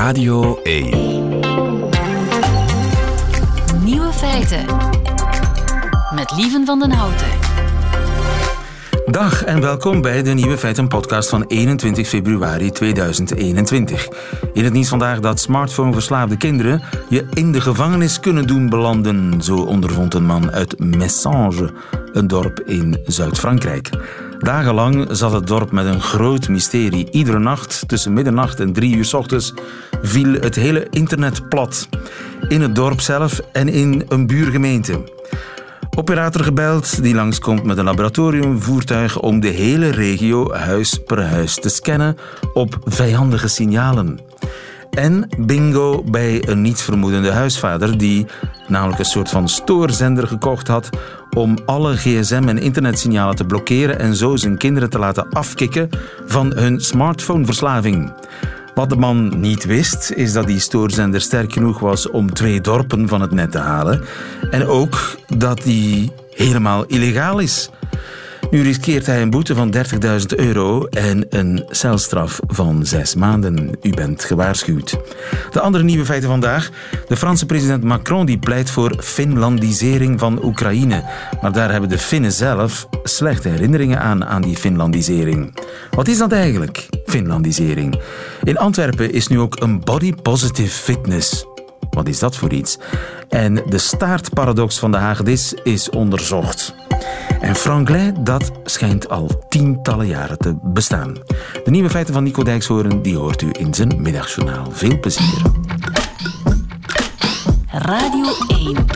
Radio 1. Nieuwe feiten. Met Lieven van den Houten. Dag en welkom bij de Nieuwe Feiten podcast van 21 februari 2021. In het nieuws vandaag dat smartphoneverslaafde kinderen je in de gevangenis kunnen doen belanden. Zo ondervond een man uit Messange, een dorp in Zuid-Frankrijk. Dagenlang zat het dorp met een groot mysterie. Iedere nacht tussen middernacht en 3 uur 's ochtends viel het hele internet plat. In het dorp zelf en in een buurgemeente. Operator gebeld die langskomt met een laboratoriumvoertuig om de hele regio huis per huis te scannen op vijandige signalen. En bingo bij een nietsvermoedende huisvader die namelijk een soort van stoorzender gekocht had om alle gsm- en internetsignalen te blokkeren en zo zijn kinderen te laten afkicken van hun smartphoneverslaving. Wat de man niet wist, is dat die stoorzender sterk genoeg was om 2 dorpen van het net te halen. En ook dat die helemaal illegaal is. Nu riskeert hij een boete van €30.000 en een celstraf van 6 maanden. U bent gewaarschuwd. De andere nieuwe feiten vandaag. De Franse president Macron die pleit voor Finlandisering van Oekraïne. Maar daar hebben de Finnen zelf slechte herinneringen aan die Finlandisering. Wat is dat eigenlijk, Finlandisering? In Antwerpen is nu ook een body positive fitness. Wat is dat voor iets? En de staartparadox van de hagedis is onderzocht. En Franglais, dat schijnt al tientallen jaren te bestaan. De nieuwe feiten van Nico Dijkshoorn, die hoort u in zijn middagjournaal. Veel plezier. Radio 1.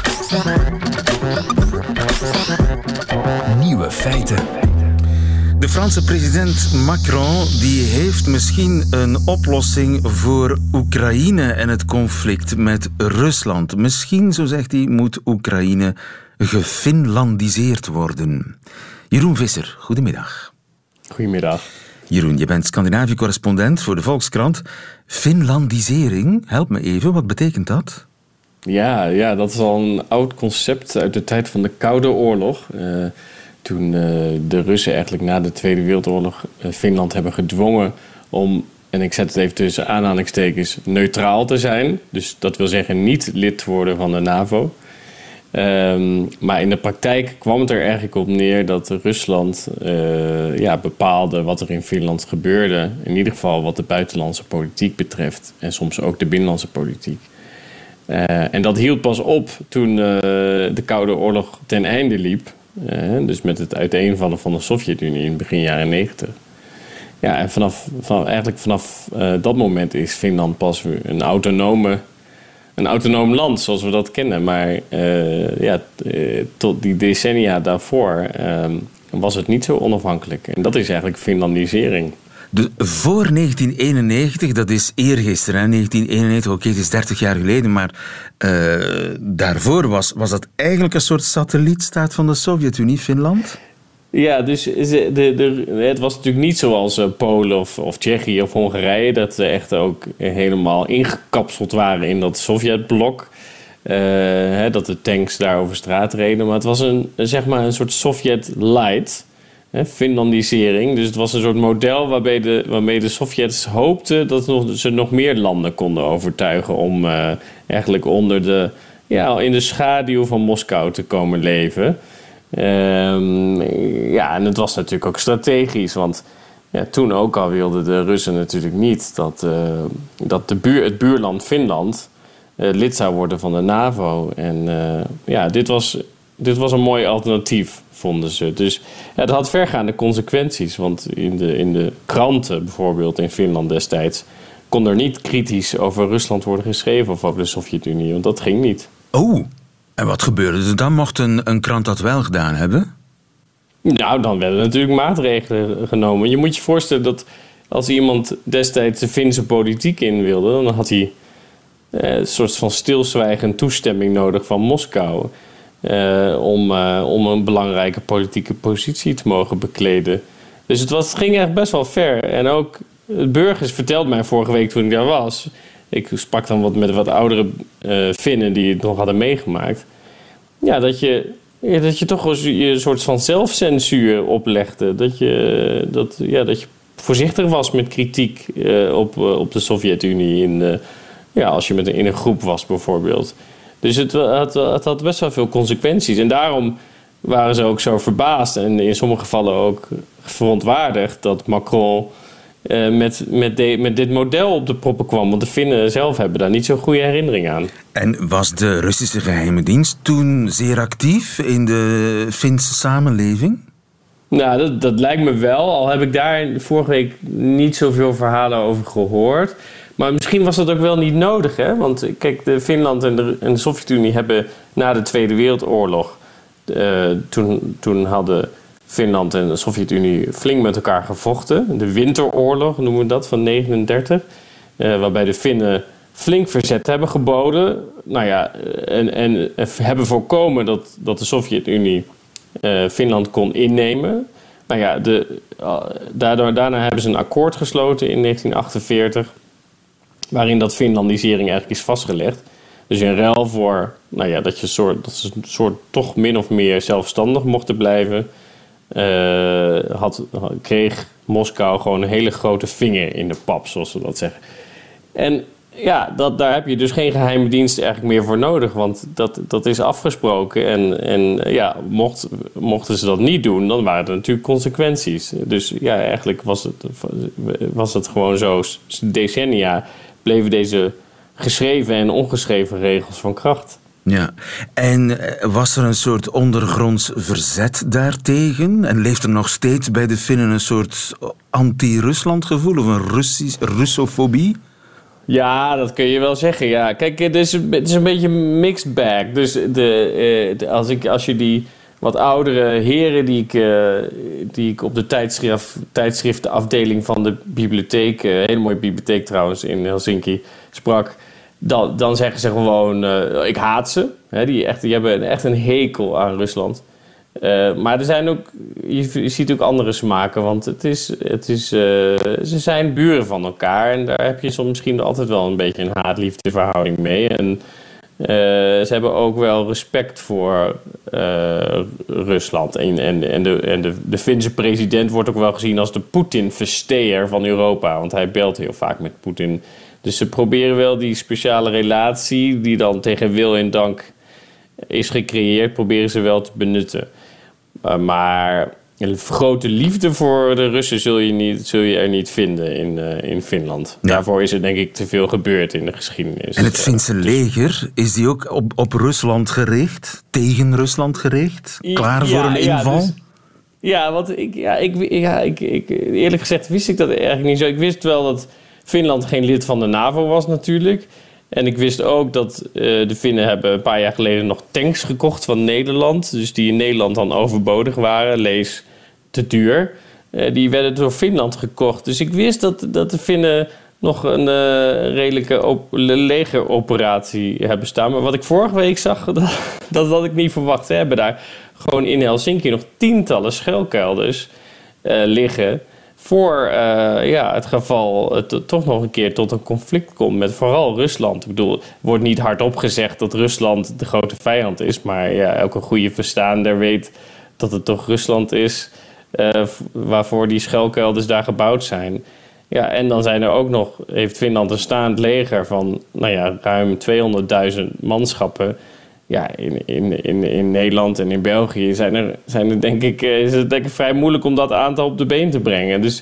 Nieuwe feiten. De Franse president Macron die heeft misschien een oplossing voor Oekraïne en het conflict met Rusland. Misschien, zo zegt hij, moet Oekraïne gefinlandiseerd worden. Jeroen Visser, goedemiddag. Goedemiddag. Jeroen, je bent Scandinavië-correspondent voor de Volkskrant. Finlandisering, help me even, wat betekent dat? Ja, dat is al een oud concept uit de tijd van de Koude Oorlog. Toen de Russen eigenlijk na de Tweede Wereldoorlog Finland hebben gedwongen om, en ik zet het even tussen aanhalingstekens, neutraal te zijn. Dus dat wil zeggen niet lid worden van de NAVO. Maar in de praktijk kwam het er eigenlijk op neer dat Rusland bepaalde wat er in Finland gebeurde. In ieder geval wat de buitenlandse politiek betreft en soms ook de binnenlandse politiek. En dat hield pas op toen de Koude Oorlog ten einde liep. Dus met het uiteenvallen van de Sovjet-Unie in begin jaren 90. Ja, en vanaf dat moment is Finland pas een autonoom land zoals we dat kennen. Maar tot die decennia daarvoor was het niet zo onafhankelijk. En dat is eigenlijk Finlandisering. Voor 1991, dat is eergisteren, 1991, oké, het is 30 jaar geleden, maar daarvoor was dat eigenlijk een soort satellietstaat van de Sovjet-Unie, Finland? Ja, dus het was natuurlijk niet zoals Polen of Tsjechië of Hongarije, dat ze echt ook helemaal ingekapseld waren in dat Sovjetblok. Dat de tanks daar over straat reden, maar het was een soort Sovjet-light. Finlandisering. Dus het was een soort model waarmee de Sovjets hoopten dat ze nog meer landen konden overtuigen om eigenlijk in de schaduw van Moskou te komen leven. En het was natuurlijk ook strategisch, want toen ook al wilden de Russen natuurlijk niet dat het buurland Finland lid zou worden van de NAVO. En dit was een mooi alternatief, vonden ze. Dus het had vergaande consequenties. Want in de kranten, bijvoorbeeld in Finland destijds, kon er niet kritisch over Rusland worden geschreven of over de Sovjet-Unie. Want dat ging niet. Oh, en wat gebeurde er dan? Mocht een krant dat wel gedaan hebben? Nou, dan werden natuurlijk maatregelen genomen. Je moet je voorstellen dat als iemand destijds de Finse politiek in wilde, dan had hij een soort van stilzwijgend toestemming nodig van Moskou. Om een belangrijke politieke positie te mogen bekleden. Dus het ging echt best wel ver. En ook het burgers vertelde mij vorige week toen ik daar was. Ik sprak dan met wat oudere Finnen die het nog hadden meegemaakt. Ja, dat je toch een soort van zelfcensuur oplegde. Dat je voorzichtig was met kritiek op de Sovjet-Unie. Als je in een groep was bijvoorbeeld. Dus het had best wel veel consequenties. En daarom waren ze ook zo verbaasd en in sommige gevallen ook verontwaardigd dat Macron met dit model op de proppen kwam. Want de Finnen zelf hebben daar niet zo'n goede herinnering aan. En was de Russische geheime dienst toen zeer actief in de Finse samenleving? Nou, dat lijkt me wel. Al heb ik daar vorige week niet zoveel verhalen over gehoord. Maar misschien was dat ook wel niet nodig, hè? Want kijk, Finland en de Sovjet-Unie hebben na de Tweede Wereldoorlog... Toen hadden Finland en de Sovjet-Unie flink met elkaar gevochten. De Winteroorlog noemen we dat, van 1939. Waarbij de Finnen flink verzet hebben geboden. En hebben voorkomen dat de Sovjet-Unie Finland kon innemen. Daarna hebben ze een akkoord gesloten in 1948... waarin dat Finlandisering eigenlijk is vastgelegd. Dus in ruil voor dat ze een soort toch min of meer zelfstandig mochten blijven... kreeg Moskou gewoon een hele grote vinger in de pap, zoals ze dat zeggen. En ja, daar heb je dus geen geheime dienst eigenlijk meer voor nodig. Want dat is afgesproken. En mochten ze dat niet doen, dan waren er natuurlijk consequenties. Dus ja, eigenlijk was het gewoon zo. Decennia bleven deze geschreven en ongeschreven regels van kracht. Ja, en was er een soort ondergronds verzet daartegen? En leeft er nog steeds bij de Finnen een soort anti-Rusland gevoel of een Russofobie? Ja, dat kun je wel zeggen. Ja. Kijk, het is een beetje een mixed bag. Dus als je die wat oudere heren die ik op de tijdschriftenafdeling van de bibliotheek, hele mooie bibliotheek trouwens in Helsinki, sprak, dan zeggen ze gewoon, ik haat ze. Die hebben echt een hekel aan Rusland. Maar er zijn ook, je ziet ook andere smaken, want ze zijn buren van elkaar en daar heb je soms misschien altijd wel een beetje een haat-liefde verhouding mee. En ze hebben ook wel respect voor Rusland. En de Finse president wordt ook wel gezien als de Poetin-versteer van Europa, want hij belt heel vaak met Poetin. Dus ze proberen wel die speciale relatie die dan tegen wil en dank is gecreëerd, proberen ze wel te benutten. Maar een grote liefde voor de Russen zul je er niet vinden in Finland. Ja. Daarvoor is er denk ik te veel gebeurd in de geschiedenis. En het Finse leger, is die ook op Rusland gericht? Tegen Rusland gericht? Klaar voor een inval? Dus, eerlijk gezegd wist ik dat eigenlijk niet zo. Ik wist wel dat Finland geen lid van de NAVO was natuurlijk. En ik wist ook dat de Finnen hebben een paar jaar geleden nog tanks gekocht van Nederland. Dus die in Nederland dan overbodig waren, lees te duur. Die werden door Finland gekocht. Dus ik wist dat de Finnen nog een redelijke legeroperatie hebben staan. Maar wat ik vorige week zag, dat had ik niet verwacht. Ze hebben daar gewoon in Helsinki nog tientallen schuilkelders liggen. Voor het geval het toch nog een keer tot een conflict komt met vooral Rusland. Ik bedoel, er wordt niet hardop gezegd dat Rusland de grote vijand is. Maar ja, elke goede verstaander weet dat het toch Rusland is waarvoor die schuilkelders daar gebouwd zijn. Ja, en dan zijn er ook nog, heeft Finland een staand leger van ruim 200.000 manschappen. Ja, in Nederland en in België is het denk ik vrij moeilijk om dat aantal op de been te brengen. Dus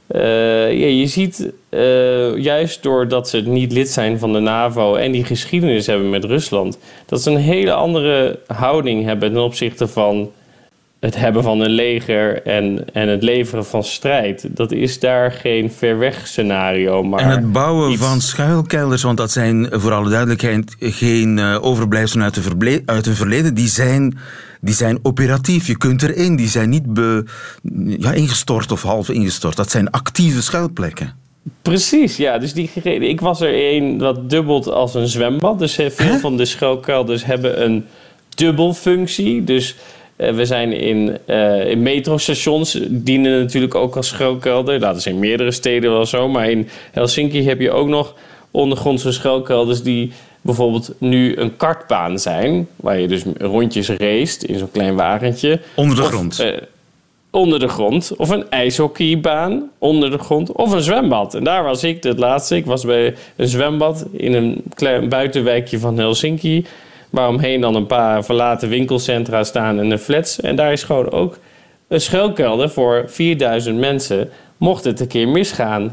je ziet juist doordat ze niet lid zijn van de NAVO en die geschiedenis hebben met Rusland, dat ze een hele andere houding hebben ten opzichte van het hebben van een leger en het leveren van strijd. Dat is daar geen ver weg scenario. Maar en het bouwen van schuilkelders, want dat zijn voor alle duidelijkheid geen overblijfselen uit het verleden. Die zijn operatief. Je kunt erin. Die zijn niet ingestort of half ingestort. Dat zijn actieve schuilplekken. Precies, ja. Dus ik was er een dat dubbelt als een zwembad. Dus veel van de schuilkelders hebben een dubbelfunctie. Dus we zijn in metrostations, dienen natuurlijk ook als schuilkelder. Dat is in meerdere steden wel zo. Maar in Helsinki heb je ook nog ondergrondse schuilkelders die bijvoorbeeld nu een kartbaan zijn. Waar je dus rondjes race in zo'n klein wagentje. Onder de grond? onder de grond. Of een ijshockeybaan onder de grond. Of een zwembad. En daar was ik het laatste. Ik was bij een zwembad in een klein buitenwijkje van Helsinki. Waaromheen dan een paar verlaten winkelcentra staan en een flats. En daar is gewoon ook een schuilkelder voor 4000 mensen. Mocht het een keer misgaan.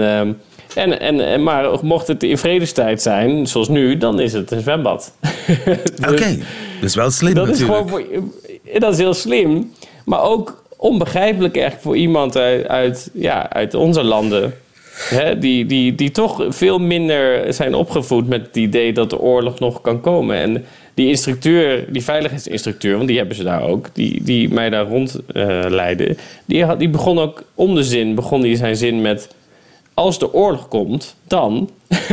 Maar mocht het in vredestijd zijn, zoals nu, dan is het een zwembad. Dus, Oké, dat is wel slim dat natuurlijk. Dat is heel slim. Maar ook onbegrijpelijk eigenlijk voor iemand uit onze landen. Hè, die toch veel minder zijn opgevoed met het idee dat de oorlog nog kan komen. En die instructeur, die veiligheidsinstructeur, want die hebben ze daar ook, die mij daar rondleidde, die begon ook om de zin, zijn zin met: als de oorlog komt, dan...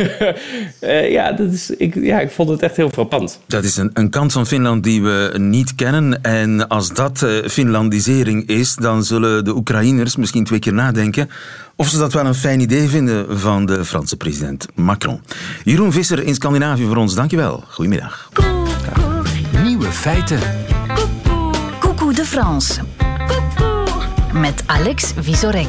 Ik vond het echt heel frappant. Dat is een kant van Finland die we niet kennen. En als dat Finlandisering is, dan zullen de Oekraïners misschien 2 keer nadenken of ze dat wel een fijn idee vinden van de Franse president Macron. Jeroen Visser in Scandinavië voor ons, dankjewel. Goedemiddag. Nieuwe feiten. Coucou de France. Met Alex Vizorek.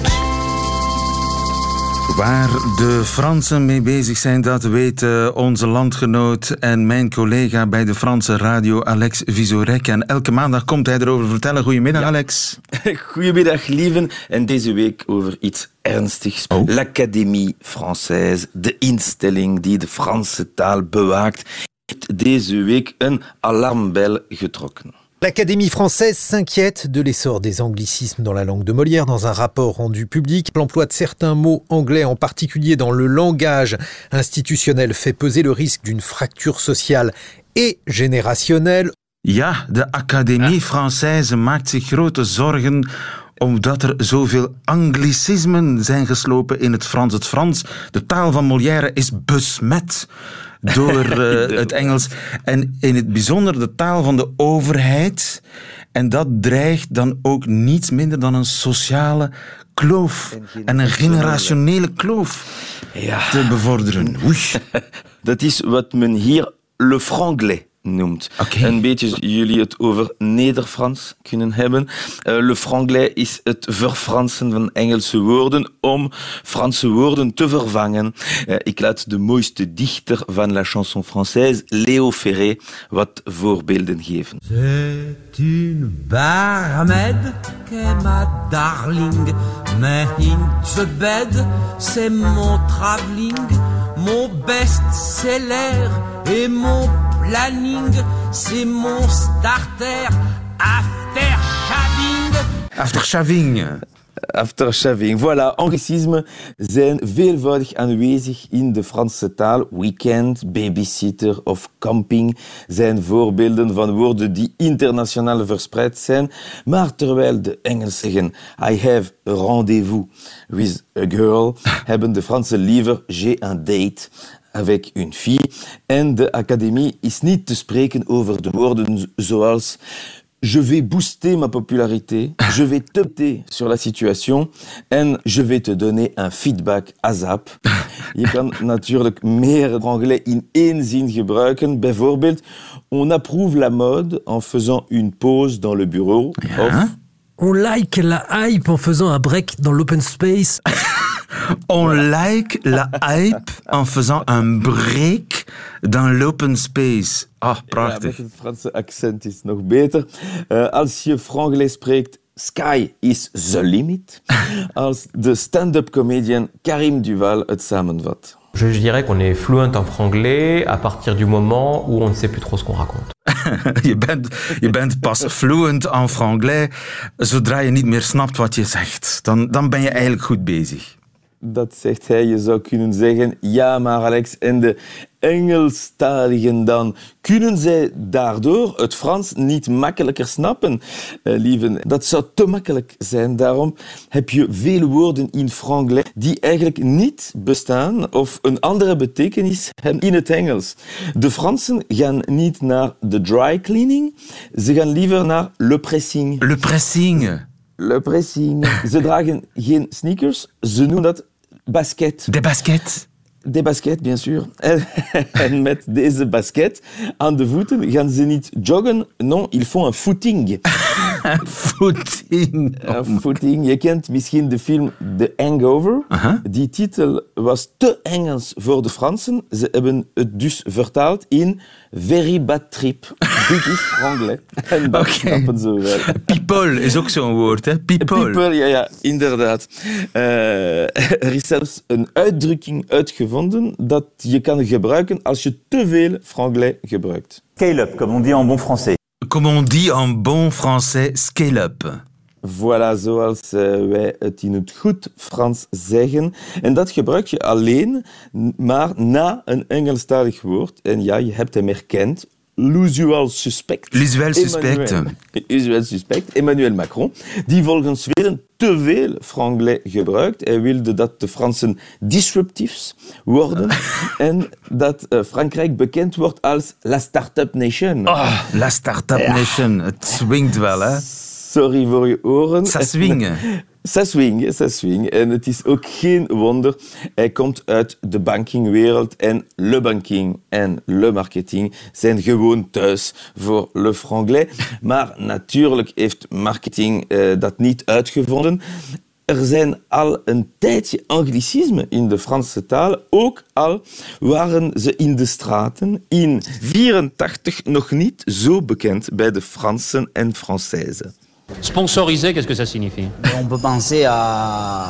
Waar de Fransen mee bezig zijn, dat weet onze landgenoot en mijn collega bij de Franse radio, Alex Vizorek. En elke maandag komt hij erover vertellen. Goedemiddag, Alex. Goedemiddag, lieven. En deze week over iets ernstigs. Oh. L'Académie Française, de instelling die de Franse taal bewaakt, heeft deze week een alarmbel getrokken. L'Académie française s'inquiète de l'essor des anglicismes dans la langue de Molière. Dans un rapport rendu public, l'emploi de certains mots anglais, en particulier dans le langage institutionnel, fait peser le risque d'une fracture sociale et générationnelle. Ja, de Académie Française maakt zich grote zorgen omdat er zoveel anglicismen zijn geslopen in het Frans. Het Frans, de taal van Molière, is besmet door het Engels. En in het bijzonder de taal van de overheid. En dat dreigt dan ook niets minder dan een sociale kloof. En een generationele kloof te bevorderen. Oei. Dat is wat men hier le franglais noemt. Okay. Een beetje jullie het over Nederfrans kunnen hebben. Le franglais is het verfransen van Engelse woorden om Franse woorden te vervangen. Ik laat de mooiste dichter van la chanson française, Léo Ferré, wat voorbeelden geven. C'est une barmaid qu'est ma darling, mais in the bed, c'est mon travelling, mon best-seller et mon planning, c'est mon starter after shaving. After shaving. After shaving. Voilà, anglicismen zijn veelvoudig aanwezig in de Franse taal. Weekend, babysitter of camping zijn voorbeelden van woorden die internationaal verspreid zijn. Maar terwijl de Engelsen zeggen I have a rendezvous with a girl, hebben de Fransen liever j'ai un date avec une fille. En de académie is niet te spreken over de woorden zoals je vais booster ma popularité, je vais t'updater sur la situation en je vais te donner un feedback ASAP. Je kan natuurlijk meer anglais in één zin gebruiken. Bijvoorbeeld, on approuve la mode en faisant une pause dans le bureau. Ja. Of on like la hype en faisant un break dans l'open space. On like la hype en faisant un break dans l'open space. Ah, prachtig. Ja, met het Franse accent is nog beter. Als je franglais spreekt, sky is the limit. Als de stand-up comedian Karim Duval het samenvat. Je dirais qu'on est fluent en franglais à partir du moment où on ne sait plus trop ce qu'on raconte. Je bent pas fluent en franglais zodra je niet meer snapt wat je zegt. Dan ben je eigenlijk goed bezig. Dat zegt hij. Je zou kunnen zeggen, ja maar Alex, en de Engelstaligen dan, kunnen zij daardoor het Frans niet makkelijker snappen? Lieven, dat zou te makkelijk zijn. Daarom heb je veel woorden in franglais die eigenlijk niet bestaan of een andere betekenis hebben in het Engels. De Fransen gaan niet naar de dry cleaning, ze gaan liever naar le pressing. Le pressing. Le pressing. Ze dragen geen sneakers, ze noemen dat basket. De basket. Des baskets, bien sûr. En met deze basket aan de voeten gaan ze niet joggen. Non, ils font un footing. Footing. Footing. Je kent misschien de film The Hangover. Die titel was te Engels voor de Fransen. Ze hebben het dus vertaald in Very Bad Trip. Dit is Franglais. En dat snappen ze wel. People is ook zo'n woord, hè? People, ja, inderdaad. Er is zelfs een uitdrukking uitgevonden dat je kan gebruiken als je te veel Franglais gebruikt. Scale up, comme on dit en bon français. Comme on dit en bon français, scale up. Voilà, zoals wij het in het goed Frans zeggen. En dat gebruik je alleen maar na een Engelstalig woord. En ja, je hebt hem herkend. L'usual suspect. Usual suspect. Emmanuel Macron, die volgens velen te veel Franglais gebruikt. Hij wilde dat de Fransen disruptiefs worden en dat Frankrijk bekend wordt als la start-up nation. La start-up nation. Het swingt wel, hè? Sorry voor je oren. Ça swinge. Ça swing. En het is ook geen wonder. Hij komt uit de bankingwereld en le banking en le marketing zijn gewoon thuis voor le franglais. Maar natuurlijk heeft marketing dat niet uitgevonden. Er zijn al een tijdje anglicismen in de Franse taal. Ook al waren ze in de straten in 1984 nog niet zo bekend bij de Fransen en Françaises. Sponsoriser, qu'est-ce que ça signifie? On peut penser à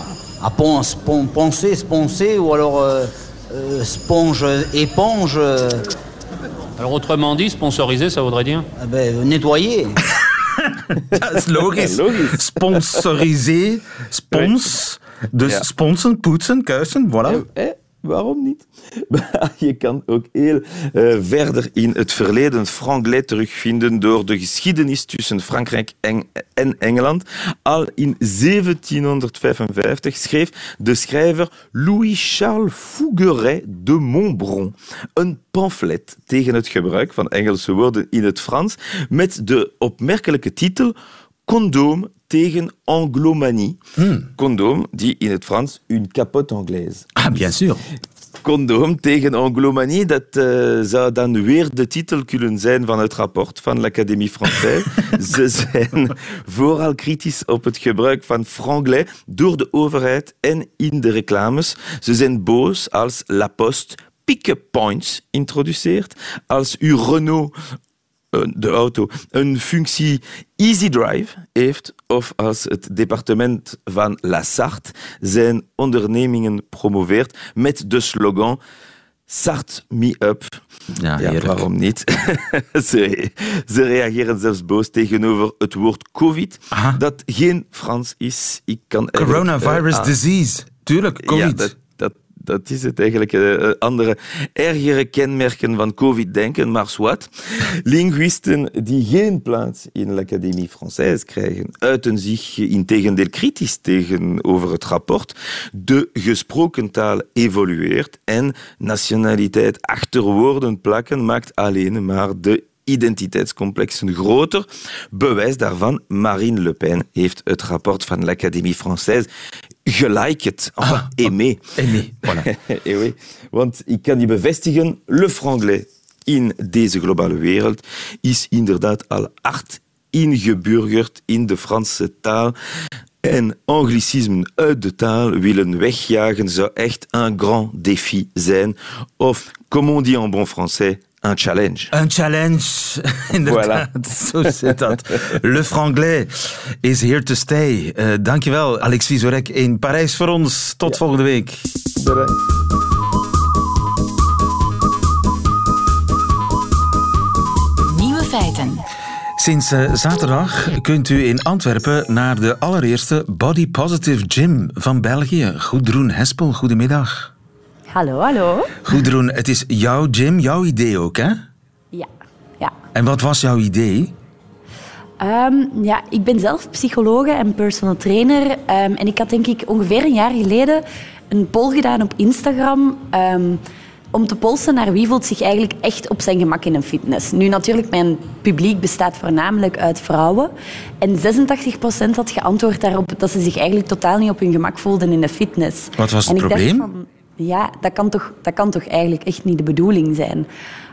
poncer ou alors sponge, éponge. Alors autrement dit, sponsoriser, ça voudrait dire? Nettoyer. Dat is logisch. Sponsoriser, spons, dus sponsen, poetsen, kuisen, voilà. Waarom niet? Maar je kan ook heel verder in het verleden Franglais terugvinden door de geschiedenis tussen Frankrijk en Engeland. Al in 1755 schreef de schrijver Louis-Charles Fougueray de Montbron een pamflet tegen het gebruik van Engelse woorden in het Frans met de opmerkelijke titel Condoom tegen anglomanie. Condoom, die in het Frans une capote anglaise. Ah, bien sûr. Condoom tegen anglomanie, dat zou dan weer de titel kunnen zijn van het rapport van l'Académie Française. Ze zijn vooral kritisch op het gebruik van franglais door de overheid en in de reclames. Ze zijn boos als La Poste pick-up points introduceert, als uw Renault, de auto, een functie Easy Drive heeft of als het departement van La Sarthe zijn ondernemingen promoveert met de slogan Start me up. Ja, waarom niet? Ze reageren zelfs boos tegenover het woord COVID, dat geen Frans is. Coronavirus disease. Tuurlijk, COVID. Ja, dat is het eigenlijk. Andere, ergere kenmerken van COVID-denken, maar zwart. Linguisten die geen plaats in l'Académie Française krijgen, uiten zich integendeel kritisch tegenover het rapport. De gesproken taal evolueert en nationaliteit achter woorden plakken maakt alleen maar de identiteitscomplexen groter. Bewijs daarvan, Marine Le Pen heeft het rapport van l'Académie Française geliked, aimé. Aimé, voilà. Oui. Want ik kan je bevestigen, le franglais in deze globale wereld is inderdaad al hard ingeburgerd in de Franse taal. En anglicismen uit de taal willen wegjagen zou echt een grand défi zijn. Of, comme on dit en bon français, un challenge. Een challenge, inderdaad. Voilà. Zo zit dat. Le franglais is here to stay. Dankjewel, Alex Vizorek in Parijs voor ons. Tot volgende week. Bedankt. Nieuwe feiten. Sinds zaterdag kunt u in Antwerpen naar de allereerste Body Positive Gym van België. Gudrun Hespel, goedemiddag. Hallo. Gudrun, het is jouw gym, jouw idee ook, hè? Ja. En wat was jouw idee? Ik ben zelf psychologe en personal trainer. En ik had denk ik ongeveer een jaar geleden een poll gedaan op Instagram om te polsen naar wie voelt zich eigenlijk echt op zijn gemak in een fitness. Nu natuurlijk, mijn publiek bestaat voornamelijk uit vrouwen. En 86% had geantwoord daarop dat ze zich eigenlijk totaal niet op hun gemak voelden in de fitness. Wat was het probleem? Ja, dat kan toch eigenlijk echt niet de bedoeling zijn.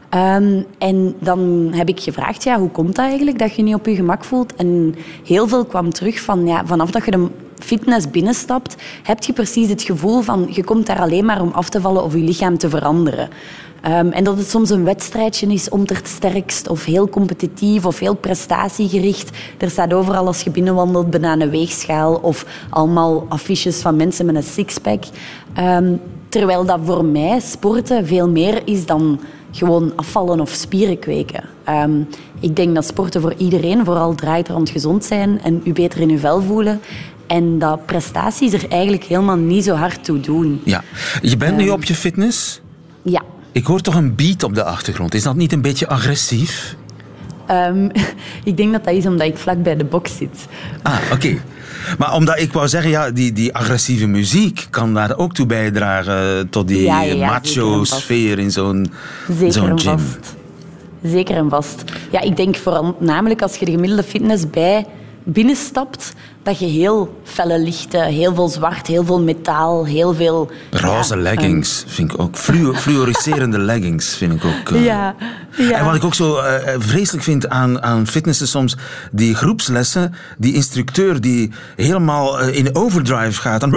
En dan heb ik gevraagd, hoe komt dat eigenlijk, dat je niet op je gemak voelt? En heel veel kwam terug van, vanaf dat je de fitness binnenstapt, heb je precies het gevoel van, je komt daar alleen maar om af te vallen of je lichaam te veranderen. En dat het soms een wedstrijdje is om het sterkst, of heel competitief, of heel prestatiegericht. Er staat overal als je binnenwandelt bijna een weegschaal, of allemaal affiches van mensen met een sixpack. Terwijl dat voor mij sporten veel meer is dan gewoon afvallen of spieren kweken. Ik denk dat sporten voor iedereen vooral draait rond gezond zijn en u beter in uw vel voelen. En dat prestaties er eigenlijk helemaal niet zo hard toe doen. Ja. Je bent nu op je fitness? Ja. Ik hoor toch een beat op de achtergrond. Is dat niet een beetje agressief? Ik denk dat is omdat ik vlak bij de box zit. Ah, oké. Maar omdat ik wou zeggen, die agressieve muziek kan daar ook toe bijdragen tot die macho-sfeer in zo'n gym. Vast. Zeker en vast. Ja, ik denk voornamelijk als je de gemiddelde fitness binnenstapt, dat je heel felle lichten, heel veel zwart, heel veel metaal, heel veel... Roze leggings vind ik ook. Fluoriserende leggings vind ik ook. Ja. En wat ik ook zo vreselijk vind aan fitnessen soms, die groepslessen, die instructeur die helemaal in overdrive gaat. Dan...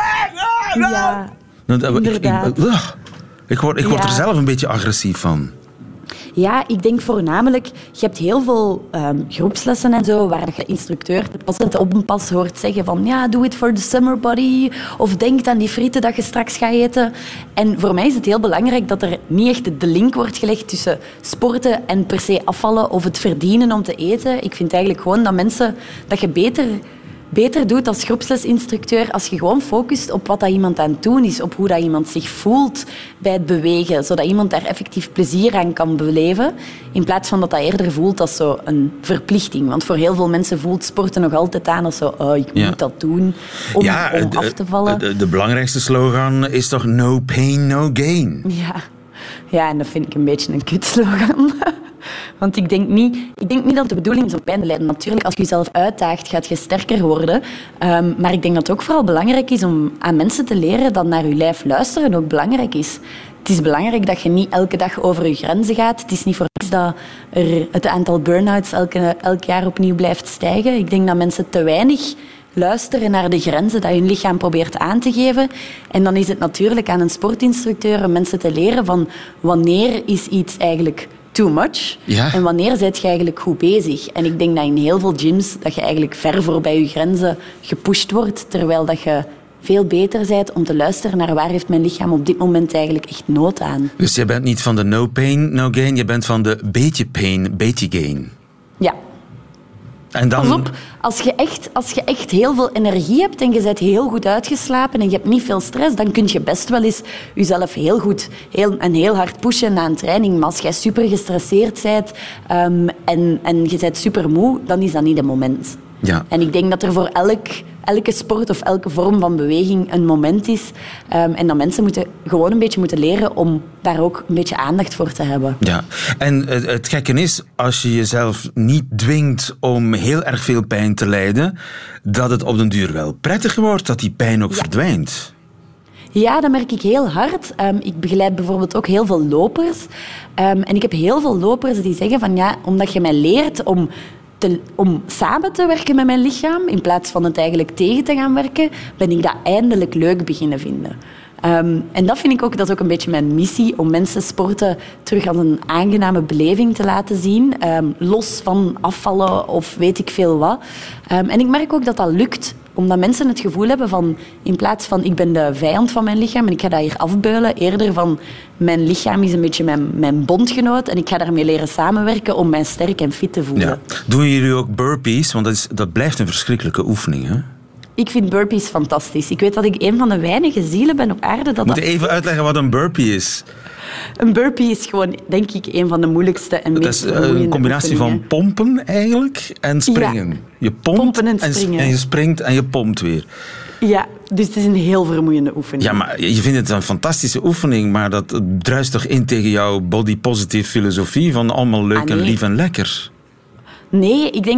Ja, inderdaad. Ik word er zelf een beetje agressief van. Ja, ik denk voornamelijk, je hebt heel veel groepslessen en zo, waar de instructeur de patiënten op een pas hoort zeggen van do it for the summer body, of denk aan die frieten dat je straks gaat eten. En voor mij is het heel belangrijk dat er niet echt de link wordt gelegd tussen sporten en per se afvallen of het verdienen om te eten. Ik vind eigenlijk gewoon dat je beter doet als groepslesinstructeur als je gewoon focust op wat dat iemand aan het doen is, op hoe dat iemand zich voelt bij het bewegen, zodat iemand daar effectief plezier aan kan beleven, in plaats van dat eerder voelt als zo een verplichting. Want voor heel veel mensen voelt sporten nog altijd aan als zo, ik moet dat doen om af te vallen. De belangrijkste slogan is toch no pain, no gain? Ja, en dat vind ik een beetje een kutslogan. Want ik denk niet dat het de bedoeling is om pijn te lijden. Natuurlijk, als je jezelf uitdaagt, gaat je sterker worden. Maar ik denk dat het ook vooral belangrijk is om aan mensen te leren dat naar je lijf luisteren ook belangrijk is. Het is belangrijk dat je niet elke dag over je grenzen gaat. Het is niet voor niks dat het aantal burn-outs elk jaar opnieuw blijft stijgen. Ik denk dat mensen te weinig luisteren naar de grenzen dat hun lichaam probeert aan te geven. En dan is het natuurlijk aan een sportinstructeur om mensen te leren van wanneer is iets eigenlijk too much en wanneer ben je eigenlijk goed bezig. En ik denk dat in heel veel gyms dat je eigenlijk ver voorbij je grenzen gepusht wordt, terwijl dat je veel beter bent om te luisteren naar waar heeft mijn lichaam op dit moment eigenlijk echt nood aan. Dus je bent niet van de no pain, no gain, je bent van de beetje pain, beetje gain. Ja. En dan... Pas op, als je echt heel veel energie hebt en je bent heel goed uitgeslapen en je hebt niet veel stress, dan kun je best wel eens jezelf heel goed en heel hard pushen na een training. Maar als jij super gestresseerd bent en je bent super moe, dan is dat niet het moment. Ja. En ik denk dat er voor elke sport of elke vorm van beweging een moment is. En dat mensen gewoon een beetje moeten leren om daar ook een beetje aandacht voor te hebben. Ja, en het gekke is, als je jezelf niet dwingt om heel erg veel pijn te lijden, dat het op den duur wel prettiger wordt, dat die pijn ook verdwijnt. Ja, dat merk ik heel hard. Ik begeleid bijvoorbeeld ook heel veel lopers. En ik heb heel veel lopers die zeggen van omdat je mij leert om samen te werken met mijn lichaam, in plaats van het eigenlijk tegen te gaan werken, ben ik dat eindelijk leuk beginnen vinden. En dat vind ik ook, dat is ook een beetje mijn missie, om mensen sporten terug als een aangename beleving te laten zien, los van afvallen of weet ik veel wat. En ik merk ook dat dat lukt, omdat mensen het gevoel hebben van, in plaats van ik ben de vijand van mijn lichaam en ik ga dat hier afbeulen, eerder van mijn lichaam is een beetje mijn bondgenoot en ik ga daarmee leren samenwerken om mij sterk en fit te voelen. Ja. Doen jullie ook burpees? Want dat blijft een verschrikkelijke oefening, hè? Ik vind burpees fantastisch. Ik weet dat ik een van de weinige zielen ben op aarde Moet je even uitleggen wat een burpee is? Een burpee is gewoon, denk ik, een van de moeilijkste en meest vermoeiende oefeningen. Dat is een combinatie van pompen eigenlijk en springen. Ja. Je pompt en je springt en je pompt weer. Ja, dus het is een heel vermoeiende oefening. Ja, maar je vindt het een fantastische oefening, maar dat druist toch in tegen jouw body positive filosofie van allemaal leuk en lief en lekker? Nee, ik denk...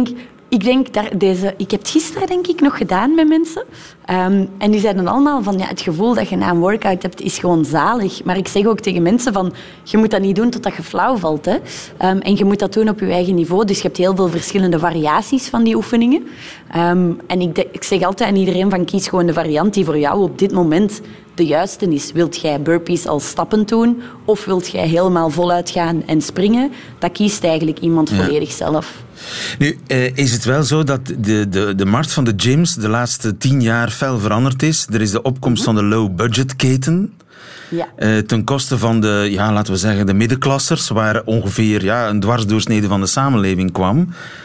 Ik heb het gisteren denk ik nog gedaan met mensen. En die zeiden allemaal van het gevoel dat je na een workout hebt is gewoon zalig. Maar ik zeg ook tegen mensen van je moet dat niet doen totdat je flauw valt. Hè. En je moet dat doen op je eigen niveau. Dus je hebt heel veel verschillende variaties van die oefeningen. En ik zeg altijd aan iedereen van kies gewoon de variant die voor jou op dit moment de juiste is. Wilt jij burpees als stappend doen of wilt jij helemaal voluit gaan en springen? Dat kiest eigenlijk iemand volledig zelf. Nu, is het wel zo dat de markt van de gyms de laatste 10 jaar fel veranderd is? Er is de opkomst van de low-budget keten. Ja. Ten koste van laten we zeggen, de middenklassers, waar ongeveer een dwarsdoorsnede van de samenleving kwam.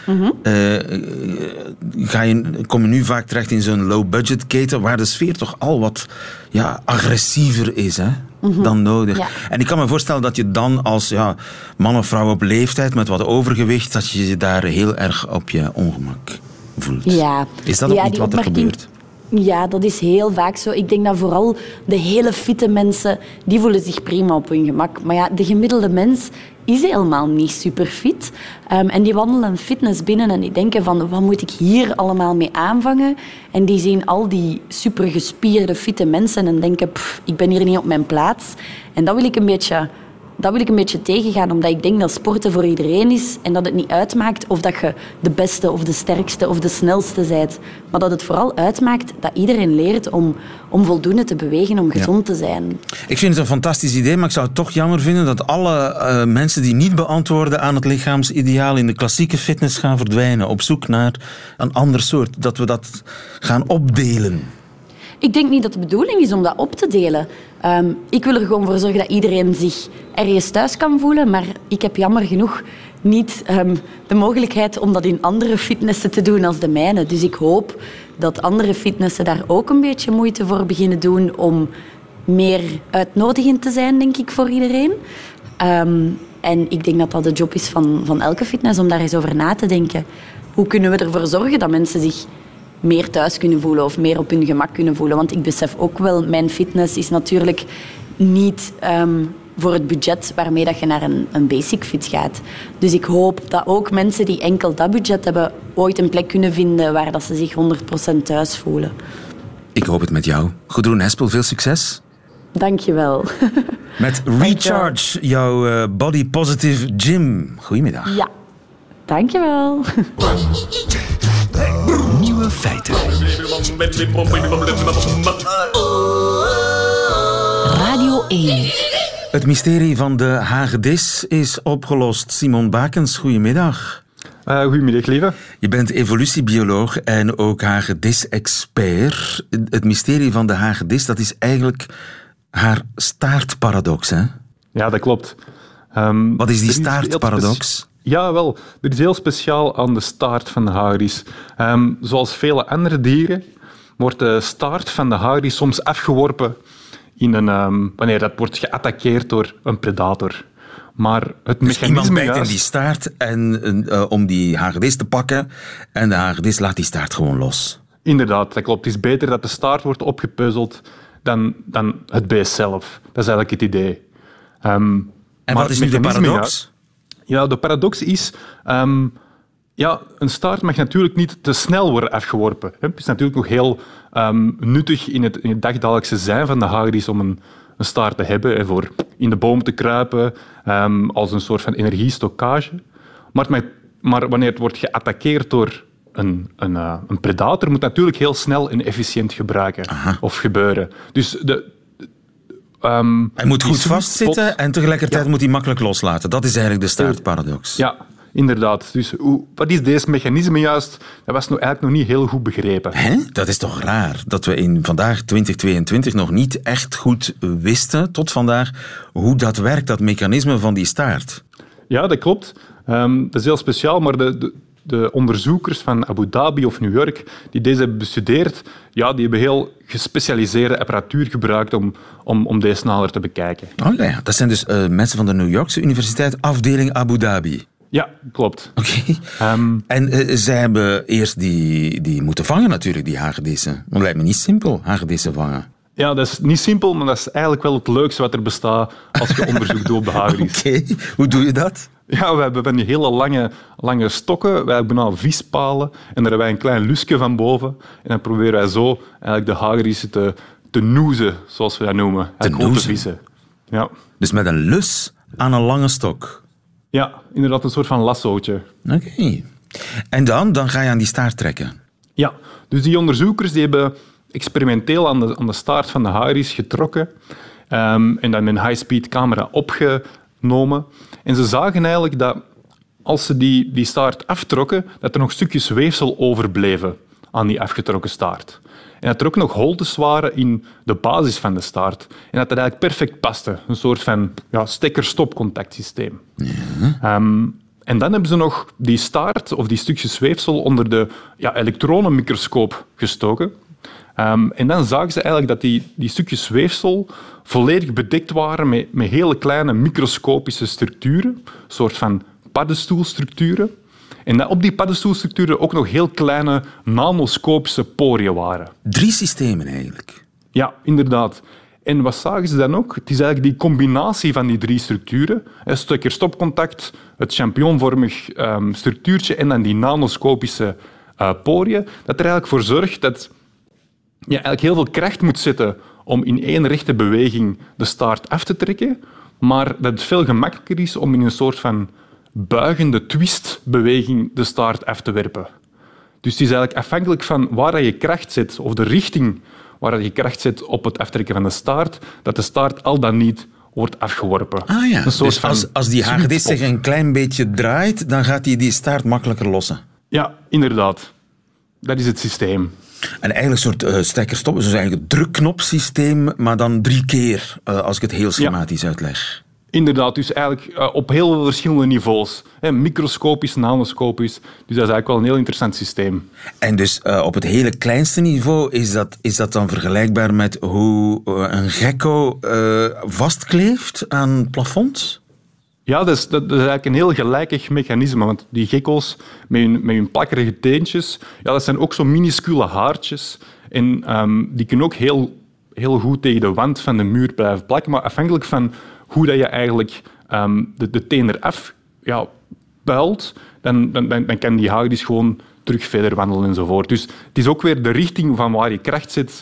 Kom je nu vaak terecht in zo'n low-budget keten, waar de sfeer toch al wat agressiever is dan nodig. Ja. En ik kan me voorstellen dat je dan als man of vrouw op leeftijd met wat overgewicht, dat je je daar heel erg op je ongemak voelt. Ja. Is dat ook niet wat er gebeurt? Ja, dat is heel vaak zo. Ik denk dat vooral de hele fitte mensen, die voelen zich prima op hun gemak. Maar de gemiddelde mens is helemaal niet super fit. En die wandelen een fitness binnen en die denken van, wat moet ik hier allemaal mee aanvangen? En die zien al die super gespierde, fitte mensen en denken, ik ben hier niet op mijn plaats. En dat wil ik een beetje tegengaan, omdat ik denk dat sporten voor iedereen is en dat het niet uitmaakt of dat je de beste of de sterkste of de snelste bent. Maar dat het vooral uitmaakt dat iedereen leert om voldoende te bewegen, om gezond te zijn. Ik vind het een fantastisch idee, maar ik zou het toch jammer vinden dat alle mensen die niet beantwoorden aan het lichaamsideaal in de klassieke fitness gaan verdwijnen, op zoek naar een ander soort. Dat we dat gaan opdelen. Ik denk niet dat de bedoeling is om dat op te delen. Ik wil er gewoon voor zorgen dat iedereen zich ergens thuis kan voelen, maar ik heb jammer genoeg niet de mogelijkheid om dat in andere fitnessen te doen als de mijne. Dus ik hoop dat andere fitnessen daar ook een beetje moeite voor beginnen doen om meer uitnodigend te zijn, denk ik, voor iedereen. En ik denk dat dat de job is van elke fitness om daar eens over na te denken. Hoe kunnen we ervoor zorgen dat mensen zich meer thuis kunnen voelen of meer op hun gemak kunnen voelen? Want ik besef ook wel, mijn fitness is natuurlijk niet voor het budget waarmee dat je naar een basic fit gaat. Dus ik hoop dat ook mensen die enkel dat budget hebben ooit een plek kunnen vinden waar dat ze zich 100% thuis voelen. Ik hoop het met jou. Gudrun Hespel, veel succes. Dank je wel. Met Recharge, jouw body positive gym. Goedemiddag. Ja, dank je wel. Nieuwe feiten. Radio 1. Het mysterie van de hagedis is opgelost. Simon Bakens, goedemiddag. Goedemiddag, lieve. Je bent evolutiebioloog en ook hagedis-expert. Het mysterie van de hagedis, dat is eigenlijk haar staartparadox, hè? Ja, dat klopt. Wat is die staartparadox? Ja, wel. Er is heel speciaal aan de staart van de hagedis. Zoals vele andere dieren wordt de staart van de hagedis soms afgeworpen wanneer dat wordt geattaqueerd door een predator. Maar het mechanisme iemand bijt in die staart om die hagedis te pakken en de hagedis laat die staart gewoon los. Inderdaad, dat klopt. Het is beter dat de staart wordt opgepuzzeld dan het beest zelf. Dat is eigenlijk het idee. En wat is nu de paradox? Ja, de paradox is... een staart mag natuurlijk niet te snel worden afgeworpen. Het is natuurlijk nog heel nuttig in het dagdagelijkse zijn van de hagedis om een staart te hebben, voor in de boom te kruipen, als een soort van energiestockage. Maar wanneer het wordt geattaqueerd door een predator, moet natuurlijk heel snel en efficiënt gebruiken of gebeuren. Dus hij moet goed vastzitten en tegelijkertijd moet hij makkelijk loslaten. Dat is eigenlijk de staartparadox. Ja, inderdaad. Dus wat is deze mechanisme juist? Dat was eigenlijk nog niet heel goed begrepen. Hè? Dat is toch raar dat we in vandaag 2022 nog niet echt goed wisten, tot vandaag, hoe dat werkt, dat mechanisme van die staart. Ja, dat klopt. Dat is heel speciaal, maar de onderzoekers van Abu Dhabi of New York die deze hebben bestudeerd, die hebben heel gespecialiseerde apparatuur gebruikt om deze nader te bekijken. Oh ja, dat zijn dus mensen van de New Yorkse Universiteit, afdeling Abu Dhabi. Ja, klopt. Oké. En zij hebben eerst die moeten vangen natuurlijk, die hagedissen. Want het lijkt me niet simpel, hagedissen vangen. Ja, dat is niet simpel, maar dat is eigenlijk wel het leukste wat er bestaat als je onderzoek doet op de hagedis. Oké. Hoe doe je dat? Ja, we hebben van die hele lange stokken. Wij hebben bijna vispalen. En daar hebben wij een klein lusje van boven. En dan proberen wij zo eigenlijk de hagedissen te noezen, zoals we dat noemen. Te grote vissen. Ja. Dus met een lus aan een lange stok? Ja, inderdaad een soort van lassootje. Oké. En dan ga je aan die staart trekken? Ja, dus die onderzoekers die hebben experimenteel aan de staart van de hagedis getrokken en dan met een high-speed camera opgenomen. En ze zagen eigenlijk dat als ze die staart aftrokken, dat er nog stukjes weefsel overbleven aan die afgetrokken staart. En dat er ook nog holtes waren in de basis van de staart. En dat eigenlijk perfect paste. Een soort van stekker-stop-contactsysteem. Ja. En dan hebben ze nog die staart of die stukjes weefsel onder de elektronenmicroscoop gestoken. En dan zagen ze eigenlijk dat die stukjes weefsel volledig bedekt waren met hele kleine microscopische structuren, een soort van paddenstoelstructuren. En dat op die paddenstoelstructuren ook nog heel kleine nanoscopische poriën waren. 3 systemen eigenlijk. Ja, inderdaad. En wat zagen ze dan ook? Het is eigenlijk die combinatie van die 3 structuren. Een stekker-stopcontact, het champignonvormig structuurtje en dan die nanoscopische poriën, dat er eigenlijk voor zorgt dat je eigenlijk heel veel kracht moet zetten om in één rechte beweging de staart af te trekken, maar dat het veel gemakkelijker is om in een soort van buigende twistbeweging de staart af te werpen. Dus het is eigenlijk afhankelijk van waar je kracht zet, of de richting waar je kracht zet op het aftrekken van de staart, dat de staart al dan niet wordt afgeworpen. Ah ja, dus als die hagedis zich een klein beetje draait, dan gaat die staart makkelijker lossen. Ja, inderdaad. Dat is het systeem. En eigenlijk een soort stekker-stop, dus eigenlijk een drukknopsysteem, maar dan 3 keer, als ik het heel schematisch uitleg. Inderdaad, dus eigenlijk op heel veel verschillende niveaus. Microscopisch, nanoscopisch. Dus dat is eigenlijk wel een heel interessant systeem. En dus op het hele kleinste niveau is dat dan vergelijkbaar met hoe een gecko vastkleeft aan plafonds? Ja, dat is eigenlijk een heel gelijkig mechanisme. Want die gekko's met hun plakkerige teentjes, dat zijn ook zo minuscule haartjes. En die kunnen ook heel goed tegen de wand van de muur blijven plakken. Maar afhankelijk van hoe dat je eigenlijk de teen eraf puilt, dan kan die hagedis gewoon terug verder wandelen enzovoort. Dus het is ook weer de richting van waar je kracht zet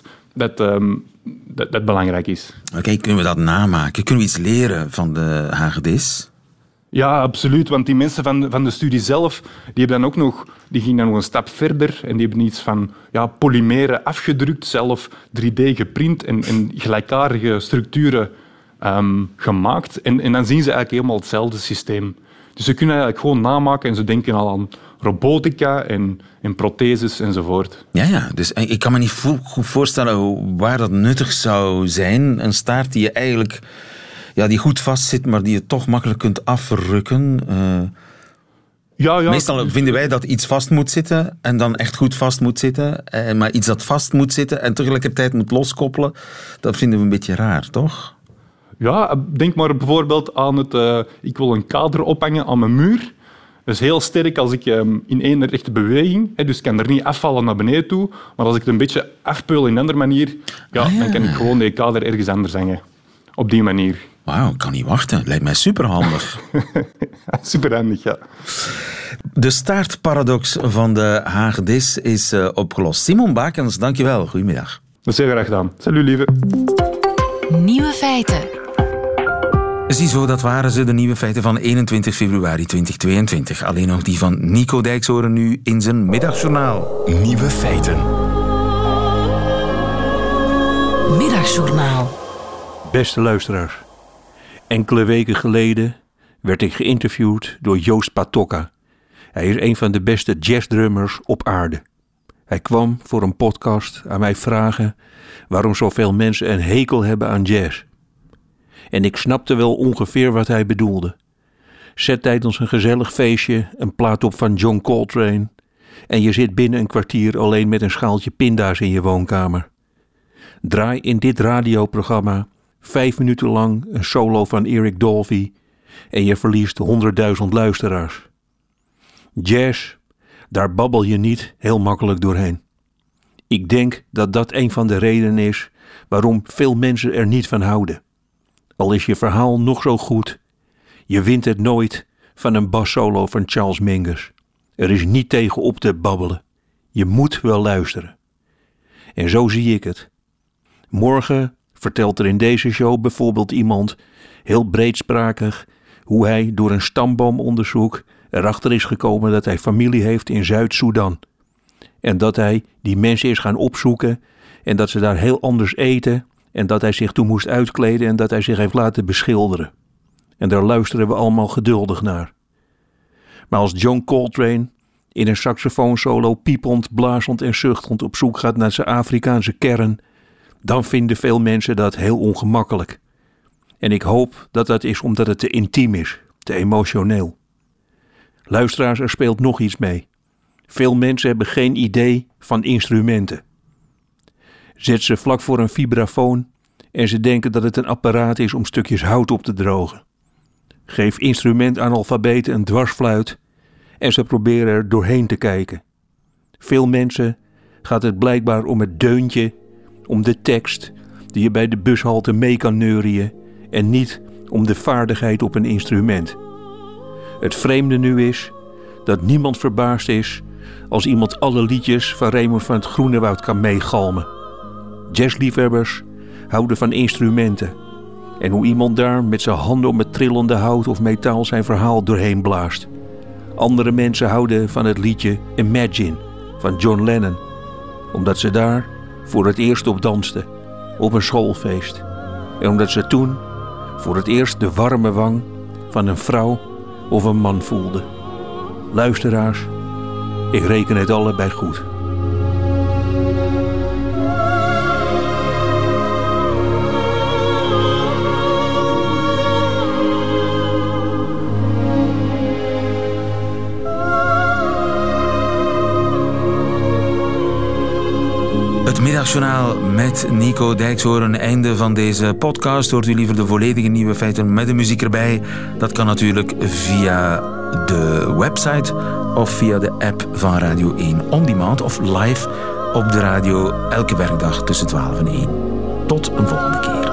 dat belangrijk is. Oké, kunnen we dat namaken? Kunnen we iets leren van de hagedis? Ja, absoluut. Want die mensen van de studie zelf, die gingen dan nog een stap verder en die hebben iets van polymeren afgedrukt, zelf 3D geprint en gelijkaardige structuren gemaakt. En dan zien ze eigenlijk helemaal hetzelfde systeem. Dus ze kunnen eigenlijk gewoon namaken en ze denken al aan robotica en protheses enzovoort. Ja, dus ik kan me niet goed voorstellen waar dat nuttig zou zijn. Een staart die je eigenlijk die goed vastzit, maar die je toch makkelijk kunt afrukken. Meestal vinden wij dat iets vast moet zitten en dan echt goed vast moet zitten. Maar iets dat vast moet zitten en tegelijkertijd moet loskoppelen, dat vinden we een beetje raar, toch? Ja, denk maar bijvoorbeeld aan ik wil een kader ophangen aan mijn muur. Dat is heel sterk als ik in één rechte beweging, dus ik kan er niet afvallen naar beneden toe, maar als ik het een beetje afpeul in een andere manier, dan kan ik gewoon die kader ergens anders hangen. Op die manier. Wauw, ik kan niet wachten. Lijkt mij superhandig. Superhandig, ja. De staartparadox van de hagedis is opgelost. Simon Bakens, dankjewel. Goedemiddag. Dat is heel graag gedaan. Salut, lieve. Nieuwe feiten. Ziezo, dat waren ze, de nieuwe feiten van 21 februari 2022. Alleen nog die van Nico Dijkshoorn nu in zijn middagjournaal. Nieuwe feiten. Middagjournaal. Beste luisteraars, enkele weken geleden werd ik geïnterviewd door Joost Patokka. Hij is een van de beste jazzdrummers op aarde. Hij kwam voor een podcast aan mij vragen waarom zoveel mensen een hekel hebben aan jazz. En ik snapte wel ongeveer wat hij bedoelde. Zet tijdens een gezellig feestje een plaat op van John Coltrane en je zit binnen een kwartier alleen met een schaaltje pinda's in je woonkamer. Draai in dit radioprogramma 5 minuten lang een solo van Eric Dolphy en je verliest 100.000 luisteraars. Jazz, daar babbel je niet heel makkelijk doorheen. Ik denk dat dat een van de redenen is waarom veel mensen er niet van houden. Al is je verhaal nog zo goed, je wint het nooit van een bassolo van Charles Mingus. Er is niet tegen op te babbelen. Je moet wel luisteren. En zo zie ik het. Morgen vertelt er in deze show bijvoorbeeld iemand, heel breedsprakig, hoe hij door een stamboomonderzoek erachter is gekomen dat hij familie heeft in Zuid-Soedan. En dat hij die mensen is gaan opzoeken en dat ze daar heel anders eten en dat hij zich toen moest uitkleden en dat hij zich heeft laten beschilderen. En daar luisteren we allemaal geduldig naar. Maar als John Coltrane in een saxofoonsolo piepend, blazend en zuchtend op zoek gaat naar zijn Afrikaanse kern, dan vinden veel mensen dat heel ongemakkelijk. En ik hoop dat dat is omdat het te intiem is, te emotioneel. Luisteraars, er speelt nog iets mee. Veel mensen hebben geen idee van instrumenten. Zet ze vlak voor een vibrafoon en ze denken dat het een apparaat is om stukjes hout op te drogen. Geef instrumentanalfabeten een dwarsfluit en ze proberen er doorheen te kijken. Veel mensen gaat het blijkbaar om het deuntje, om de tekst die je bij de bushalte mee kan neurien en niet om de vaardigheid op een instrument. Het vreemde nu is dat niemand verbaasd is als iemand alle liedjes van Raymond van het Groenewoud kan meegalmen. Jazzliefhebbers houden van instrumenten en hoe iemand daar met zijn handen om het trillende hout of metaal zijn verhaal doorheen blaast. Andere mensen houden van het liedje Imagine van John Lennon, omdat ze daar voor het eerst op dansten, op een schoolfeest. En omdat ze toen voor het eerst de warme wang van een vrouw of een man voelden. Luisteraars, ik reken het allebei goed. Het Middagjournaal met Nico Dijkshoorn. Einde van deze podcast. Hoort u liever de volledige Nieuwe Feiten met de muziek erbij? Dat kan natuurlijk via de website of via de app van Radio 1 On Demand of live op de radio elke werkdag tussen 12 en 1. Tot een volgende keer.